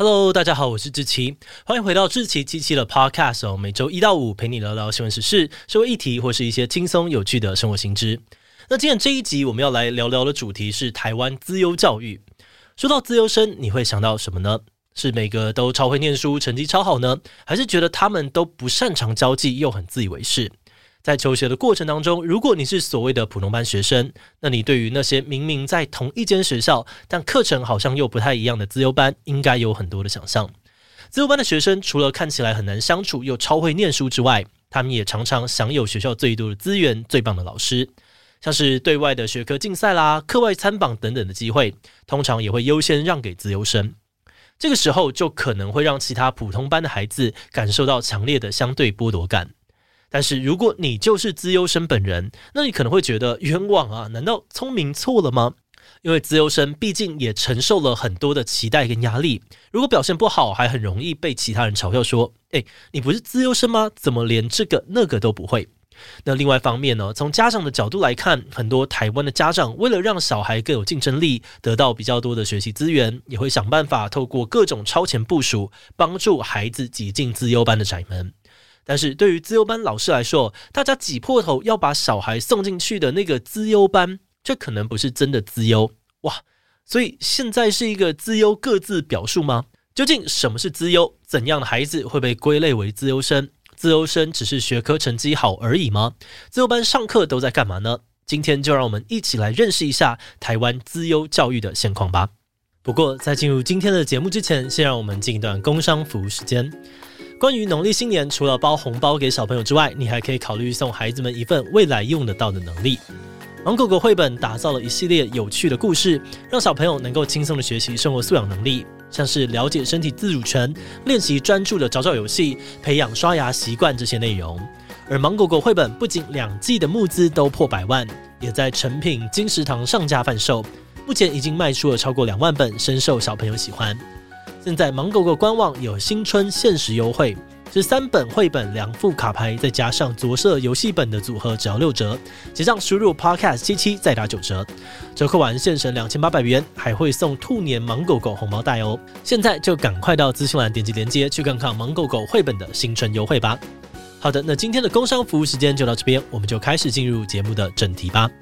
Hello， 大家好，我是志奇，欢迎回到志奇77的 Podcast 每周1到5陪你聊聊新闻时事、社会议题或是一些轻松有趣的生活新知。那今天这一集我们要来聊聊的主题是台湾资优教育。说到资优生，你会想到什么呢？是每个都超会念书、成绩超好呢？还是觉得他们都不擅长交际又很自以为是？在求学的过程当中，如果你是所谓的普通班学生，那你对于那些明明在同一间学校，但课程好像又不太一样的资优班，应该有很多的想象。资优班的学生除了看起来很难相处又超会念书之外，他们也常常享有学校最多的资源、最棒的老师，像是对外的学科竞赛啦、课外参访等等的机会，通常也会优先让给资优生。这个时候就可能会让其他普通班的孩子感受到强烈的相对剥夺感。但是如果你就是资优生本人，那你可能会觉得冤枉啊，难道聪明错了吗？因为资优生毕竟也承受了很多的期待跟压力，如果表现不好，还很容易被其他人嘲笑说，你不是资优生吗？怎么连这个那个都不会？那另外一方面呢，从家长的角度来看，很多台湾的家长为了让小孩更有竞争力，得到比较多的学习资源，也会想办法透过各种超前部署，帮助孩子挤进资优班的窄门。但是对于资优班老师来说，大家挤破头要把小孩送进去的那个资优班，这可能不是真的资优哇！所以现在是一个资优各自表述吗？究竟什么是资优？怎样的孩子会被归类为资优生？资优生只是学科成绩好而已吗？资优班上课都在干嘛呢？今天就让我们一起来认识一下台湾资优教育的现况吧。不过在进入今天的节目之前，先让我们进一段工商服务时间。关于农历新年，除了包红包给小朋友之外，你还可以考虑送孩子们一份未来用得到的能力。芒狗狗绘本打造了一系列有趣的故事，让小朋友能够轻松的学习生活素养能力，像是了解身体自主权、练习专注的找找游戏、培养刷牙习惯这些内容。而芒狗狗绘本不仅2季的募资都破100万，也在诚品、金石堂上架贩售，目前已经卖出了超过2万本，深受小朋友喜欢。现在芒狗狗官网有新春限时优惠，是3本绘本2副卡牌，再加上着色游戏本的组合，只要6折。结账输入 podcast77再打9折，折扣完现省2800元，还会送兔年芒狗狗红包袋哦。现在就赶快到资讯栏点击连结，去看看芒狗狗绘本的新春优惠吧。好的，那今天的工商服务时间就到这边，我们就开始进入节目的正题吧。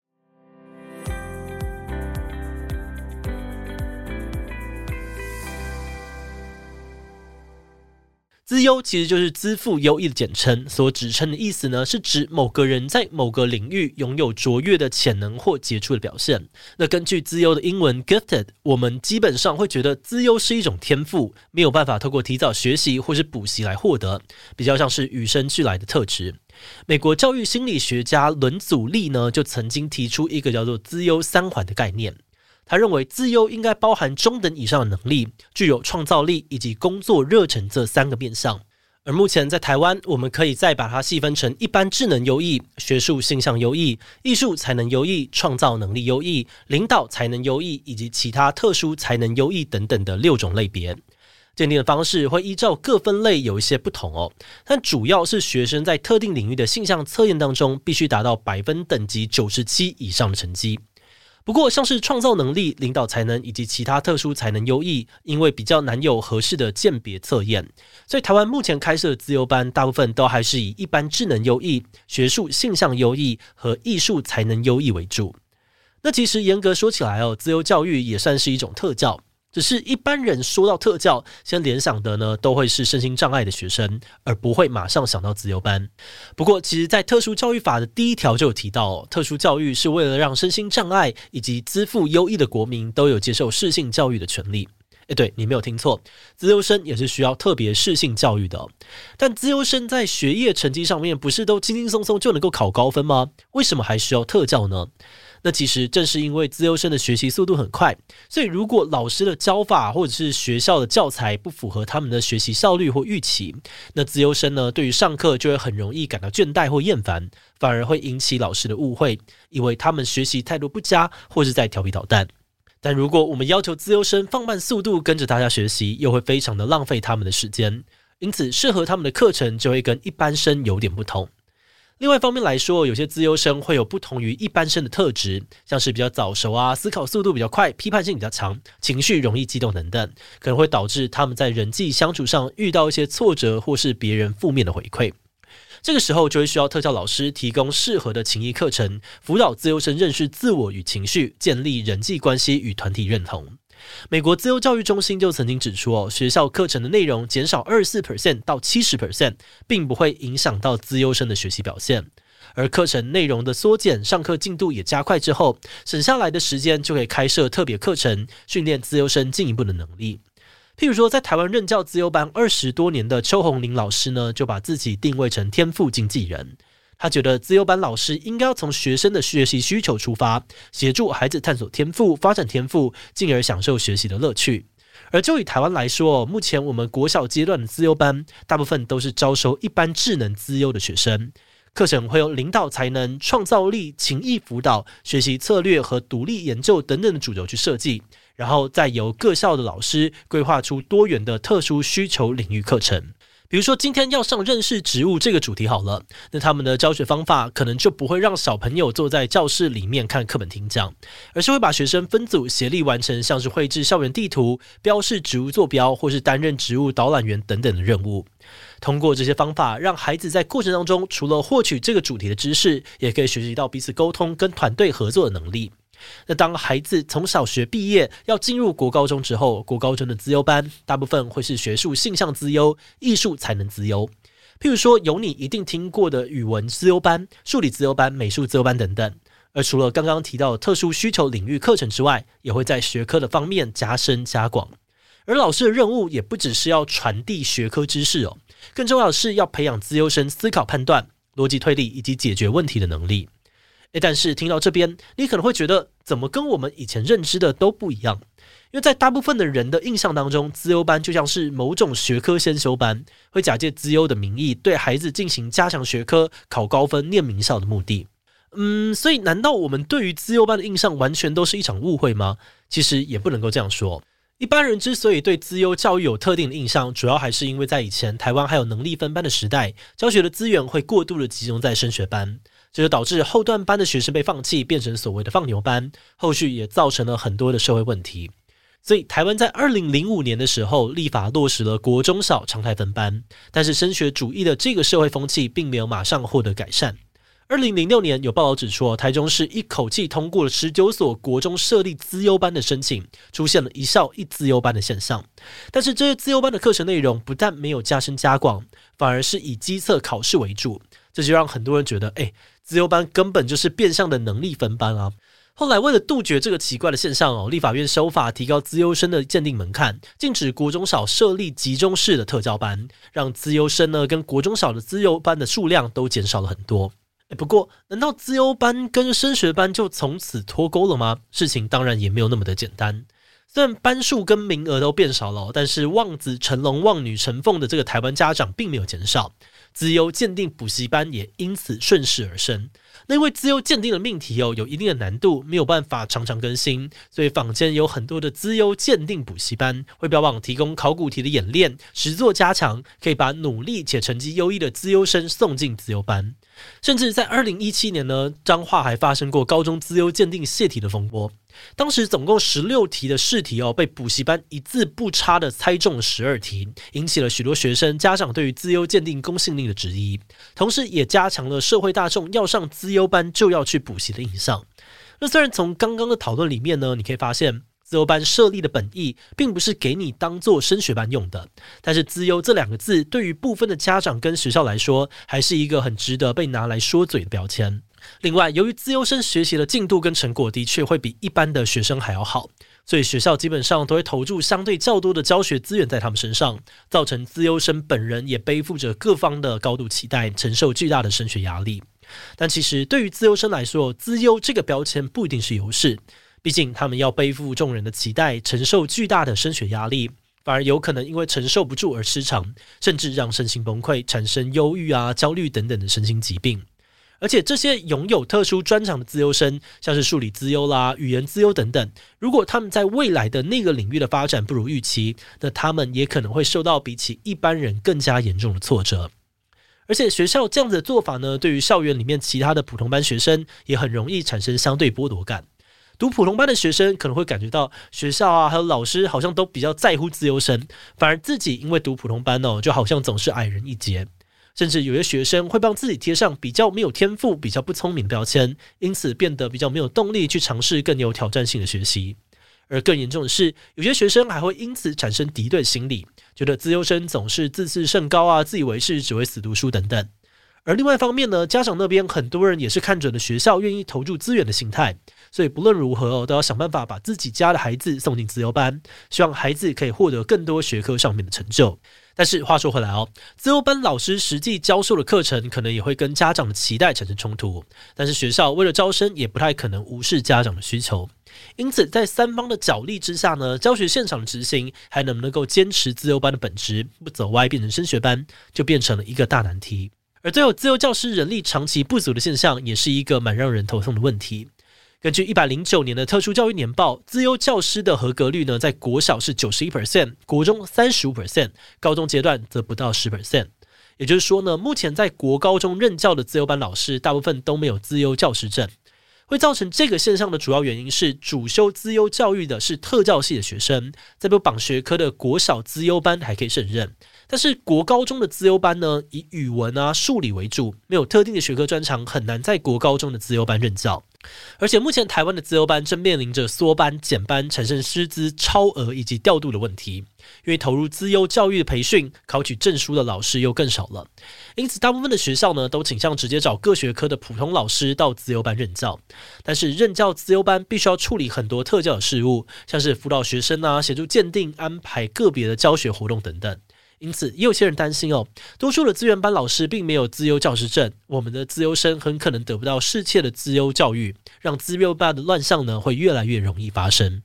资优其实就是资赋优异的简称，所指称的意思呢，是指某个人在某个领域拥有卓越的潜能或杰出的表现。那根据资优的英文 gifted， 我们基本上会觉得资优是一种天赋，没有办法透过提早学习或是补习来获得，比较像是与生俱来的特质。美国教育心理学家伦祖利呢，就曾经提出一个叫做资优3环的概念。他认为资优应该包含中等以上的能力，具有创造力以及工作热忱这3个面向。而目前在台湾，我们可以再把它细分成一般智能优异、学术性向优异、艺术才能优异、创造能力优异、领导才能优异以及其他特殊才能优异等等的6种类别。鉴定的方式会依照各分类有一些不同哦，但主要是学生在特定领域的性向测验当中必须达到百分等级97以上的成绩。不过像是创造能力、领导才能以及其他特殊才能优异，因为比较难有合适的鉴别测验，所以台湾目前开设的资优班大部分都还是以一般智能优异、学术性向优异和艺术才能优异为主。那其实严格说起来资优教育也算是一种特教，只是一般人说到特教，先联想的呢都会是身心障碍的学生，而不会马上想到资优班。不过其实在特殊教育法的第1条就有提到，特殊教育是为了让身心障碍以及资赋优异的国民都有接受适性教育的权利。对，你没有听错，资优生也是需要特别适性教育的但资优生在学业成绩上面不是都轻轻松松就能够考高分吗？为什么还需要特教呢？那其实正是因为资优生的学习速度很快，所以如果老师的教法或者是学校的教材不符合他们的学习效率或预期，那资优生呢对于上课就会很容易感到倦怠或厌烦，反而会引起老师的误会，以为他们学习态度不佳或是在调皮捣蛋。但如果我们要求资优生放慢速度跟着大家学习，又会非常的浪费他们的时间，因此适合他们的课程就会跟一般生有点不同。 另外一方面来说，有些资优生会有不同于一般生的特质，像是比较早熟啊，思考速度比较快，批判性比较强，情绪容易激动等等，可能会导致他们在人际相处上遇到一些挫折或是别人负面的回馈。这个时候就会需要特教老师提供适合的情谊课程，辅导资优生认识自我与情绪，建立人际关系与团体认同。美国资优教育中心就曾经指出，学校课程的内容减少 24% 到 70%， 并不会影响到资优生的学习表现。而课程内容的缩减，上课进度也加快之后，省下来的时间就可以开设特别课程，训练资优生进一步的能力。譬如说，在台湾任教资优班20多年的邱红玲老师呢，就把自己定位成天赋经纪人。他觉得资优班老师应该要从学生的学习需求出发，协助孩子探索天赋、发展天赋，进而享受学习的乐趣。而就以台湾来说，目前我们国小阶段的资优班，大部分都是招收一般智能资优的学生。课程会有领导才能、创造力、情谊辅导、学习策略和独立研究等等的主轴去设计，然后再由各校的老师规划出多元的特殊需求领域课程。比如说今天要上认识植物这个主题好了，那他们的教学方法可能就不会让小朋友坐在教室里面看课本听讲，而是会把学生分组协力完成像是绘制校园地图、标示植物坐标或是担任植物导览员等等的任务。通过这些方法，让孩子在过程当中除了获取这个主题的知识，也可以学习到彼此沟通跟团队合作的能力。那当孩子从小学毕业要进入国高中之后，国高中的资优班大部分会是学术性向资优、艺术才能资优，譬如说有你一定听过的语文资优班、数理资优班、美术资优班等等。而除了刚刚提到的特殊需求领域课程之外，也会在学科的方面加深加广。而老师的任务也不只是要传递学科知识哦，更重要的是要培养资优生思考判断、逻辑推理以及解决问题的能力。但是听到这边，你可能会觉得怎么跟我们以前认知的都不一样？因为在大部分的人的印象当中，资优班就像是某种学科先修班，会假借资优的名义对孩子进行加强学科、考高分、念名校的目的。所以难道我们对于资优班的印象完全都是一场误会吗？其实也不能够这样说。一般人之所以对资优教育有特定的印象，主要还是因为在以前台湾还有能力分班的时代，教学的资源会过度的集中在升学班，这就导致后段班的学生被放弃，变成所谓的放牛班，后续也造成了很多的社会问题。所以台湾在2005年的时候立法落实了国中小常态分班，但是升学主义的这个社会风气并没有马上获得改善。2006年有报道指出，台中市一口气通过了19所国中设立资优班的申请，出现了一校一资优班的现象。但是这些资优班的课程内容不但没有加深加广，反而是以基测考试为主，这就让很多人觉得资优班根本就是变相的能力分班啊。后来为了杜绝这个奇怪的现象立法院修法提高资优生的鉴定门槛，禁止国中小设立集中式的特教班，让资优生呢跟国中小的资优班的数量都减少了很多。不过难道资优班跟升学班就从此脱钩了吗？事情当然也没有那么的简单。虽然班数跟名额都变少了，但是望子成龙望女成凤的这个台湾家长并没有减少，资优鉴定补习班也因此顺势而生。那因为资优鉴定的命题有一定的难度，没有办法常常更新，所以坊间有很多的资优鉴定补习班会标榜提供考古题的演练、实作加强，可以把努力且成绩优异的资优生送进资优班。甚至在2017年呢，彰化还发生过高中资优鉴定泄题的风波。当时总共16题的试题被补习班一字不差的猜中了12题，引起了许多学生家长对于资优鉴定公信力的质疑，同时也加强了社会大众要上资优班就要去补习的印象。那虽然从刚刚的讨论里面呢，你可以发现资优班设立的本意并不是给你当做升学班用的，但是资优这两个字对于部分的家长跟学校来说，还是一个很值得被拿来说嘴的标签。另外，由于资优生学习的进度跟成果的确会比一般的学生还要好，所以学校基本上都会投注相对较多的教学资源在他们身上，造成资优生本人也背负着各方的高度期待，承受巨大的升学压力。但其实对于资优生来说，资优这个标签不一定是优势，毕竟他们要背负众人的期待，承受巨大的升学压力，反而有可能因为承受不住而失常，甚至让身心崩溃，产生忧郁焦虑等等的身心疾病。而且这些拥有特殊专长的资优生，像是数理资优啦、语言资优等等，如果他们在未来的那个领域的发展不如预期，那他们也可能会受到比起一般人更加严重的挫折。 而且学校这样子的做法呢，对于校园里面其他的普通班学生也很容易产生相对剥夺感。读普通班的学生可能会感觉到学校啊，还有老师好像都比较在乎资优生，反而自己因为读普通班就好像总是矮人一截。甚至有些学生会帮自己贴上比较没有天赋、比较不聪明的标签，因此变得比较没有动力去尝试更有挑战性的学习。而更严重的是，有些学生还会因此产生敌对心理，觉得资优生总是自视甚高啊，自以为是，只会死读书等等。而另外一方面呢，家长那边很多人也是看准了学校愿意投注资源的心态，所以不论如何都要想办法把自己家的孩子送进资优班，希望孩子可以获得更多学科上面的成就。但是话说回来资优班老师实际教授的课程可能也会跟家长的期待产生冲突，但是学校为了招生也不太可能无视家长的需求。因此在三方的角力之下呢，教学现场的执行还能不能够坚持资优班的本质，不走歪变成升学班，就变成了一个大难题。而最后，资优教师人力长期不足的现象也是一个蛮让人头痛的问题。根据109年的特殊教育年报，资优教师的合格率呢，在国小是 91%， 国中 35%， 高中阶段则不到 10%。 也就是说呢，目前在国高中任教的资优班老师大部分都没有资优教师证。会造成这个现象的主要原因是，主修资优教育的是特教系的学生，在不绑学科的国小资优班还可以胜任，但是国高中的资优班呢，以语文啊、数理为主，没有特定的学科专长，很难在国高中的资优班任教。而且目前台湾的资优班正面临着缩班、减班，产生师资超额以及调度的问题，因为投入资优教育的培训、考取证书的老师又更少了，因此大部分的学校呢，都倾向直接找各学科的普通老师到资优班任教。但是任教资优班必须要处理很多特教的事务，像是辅导学生啊、协助鉴定、安排个别的教学活动等等。因此也有些人担心多数的资源班老师并没有资优教师证，我们的资优生很可能得不到适切的资优教育，让资优班的乱象呢会越来越容易发生。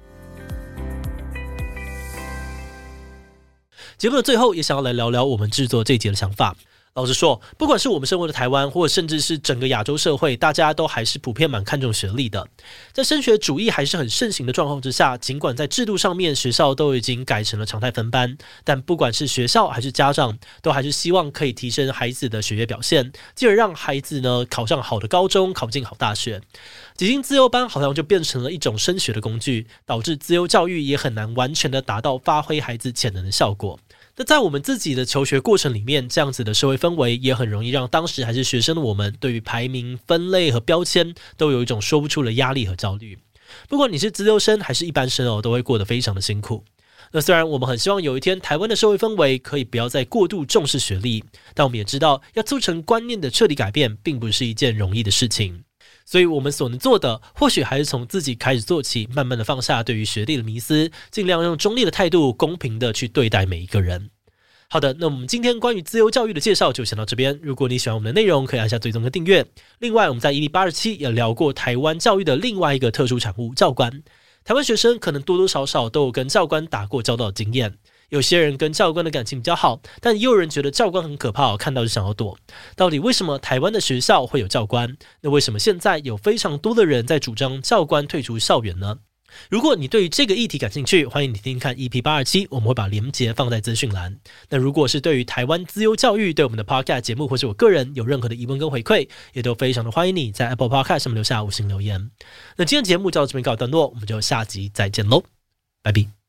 节目的最后也想要来聊聊我们制作这一节的想法。老实说，不管是我们生活的台湾，或者甚至是整个亚洲社会，大家都还是普遍蛮看重学历的。在升学主义还是很盛行的状况之下，尽管在制度上面学校都已经改成了常态分班，但不管是学校还是家长，都还是希望可以提升孩子的学业表现，进而让孩子呢考上好的高中，考进好大学。挤进资优班好像就变成了一种升学的工具，导致资优教育也很难完全的达到发挥孩子潜能的效果。那在我们自己的求学过程里面，这样子的社会氛围也很容易让当时还是学生的我们，对于排名、分类和标签都有一种说不出的压力和焦虑。不管你是资优生还是一般生都会过得非常的辛苦。那虽然我们很希望有一天台湾的社会氛围可以不要再过度重视学历，但我们也知道要促成观念的彻底改变，并不是一件容易的事情。所以我们所能做的，或许还是从自己开始做起，慢慢的放下对于学历的迷思，尽量用中立的态度，公平的去对待每一个人。好的，那我们今天关于资优教育的介绍就先到这边。如果你喜欢我们的内容，可以按下追踪跟订阅。另外，我们在 EP87 也聊过台湾教育的另外一个特殊产物——教官。台湾学生可能多多少少都有跟教官打过交道的经验。有些人跟教官的感情比较好，但也有人觉得教官很可怕，看到就想要躲。到底为什么台湾的学校会有教官？那为什么现在有非常多的人在主张教官退出校园呢？如果你对于这个议题感兴趣，欢迎你听听看 EP827， 我们会把连结放在资讯栏。那如果是对于台湾资优教育，对我们的 Podcast 节目或是我个人有任何的疑问跟回馈，也都非常的欢迎你在 Apple Podcast 上面留下5星留言。那今天节目就到这边告一段落，我们就下集再见喽，拜拜。